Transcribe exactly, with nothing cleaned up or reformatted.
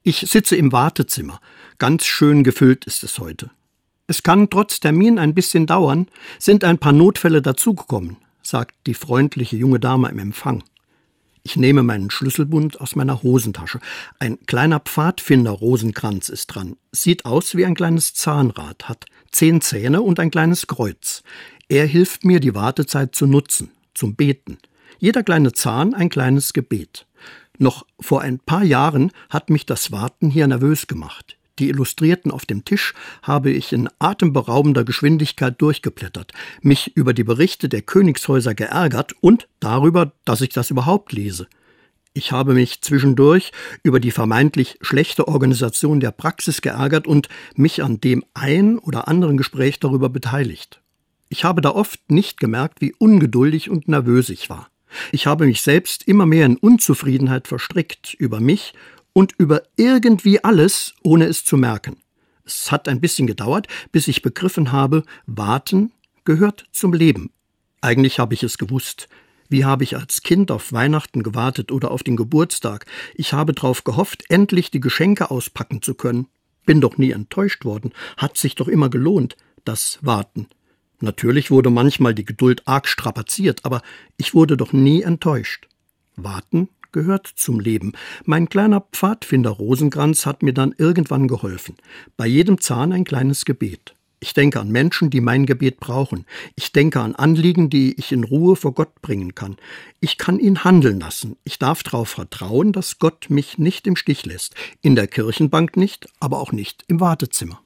Ich sitze im Wartezimmer. Ganz schön gefüllt ist es heute. Es kann trotz Termin ein bisschen dauern, sind ein paar Notfälle dazugekommen, sagt die freundliche junge Dame im Empfang. Ich nehme meinen Schlüsselbund aus meiner Hosentasche. Ein kleiner Pfadfinder-Rosenkranz ist dran. Sieht aus wie ein kleines Zahnrad, hat zehn Zähne und ein kleines Kreuz. Er hilft mir, die Wartezeit zu nutzen, zum Beten. Jeder kleine Zahn ein kleines Gebet. Noch vor ein paar Jahren hat mich das Warten hier nervös gemacht. Die Illustrierten auf dem Tisch habe ich in atemberaubender Geschwindigkeit durchgeblättert, mich über die Berichte der Königshäuser geärgert und darüber, dass ich das überhaupt lese. Ich habe mich zwischendurch über die vermeintlich schlechte Organisation der Praxis geärgert und mich an dem ein oder anderen Gespräch darüber beteiligt. Ich habe da oft nicht gemerkt, wie ungeduldig und nervös ich war. Ich habe mich selbst immer mehr in Unzufriedenheit verstrickt über mich und über irgendwie alles, ohne es zu merken. Es hat ein bisschen gedauert, bis ich begriffen habe, Warten gehört zum Leben. Eigentlich habe ich es gewusst. Wie habe ich als Kind auf Weihnachten gewartet oder auf den Geburtstag? Ich habe darauf gehofft, endlich die Geschenke auspacken zu können. Bin doch nie enttäuscht worden. Hat sich doch immer gelohnt, das Warten. Natürlich wurde manchmal die Geduld arg strapaziert, aber ich wurde doch nie enttäuscht. Warten gehört zum Leben. Mein kleiner Pfadfinder-Rosenkranz hat mir dann irgendwann geholfen. Bei jedem Zahn ein kleines Gebet. Ich denke an Menschen, die mein Gebet brauchen. Ich denke an Anliegen, die ich in Ruhe vor Gott bringen kann. Ich kann ihn handeln lassen. Ich darf darauf vertrauen, dass Gott mich nicht im Stich lässt. In der Kirchenbank nicht, aber auch nicht im Wartezimmer.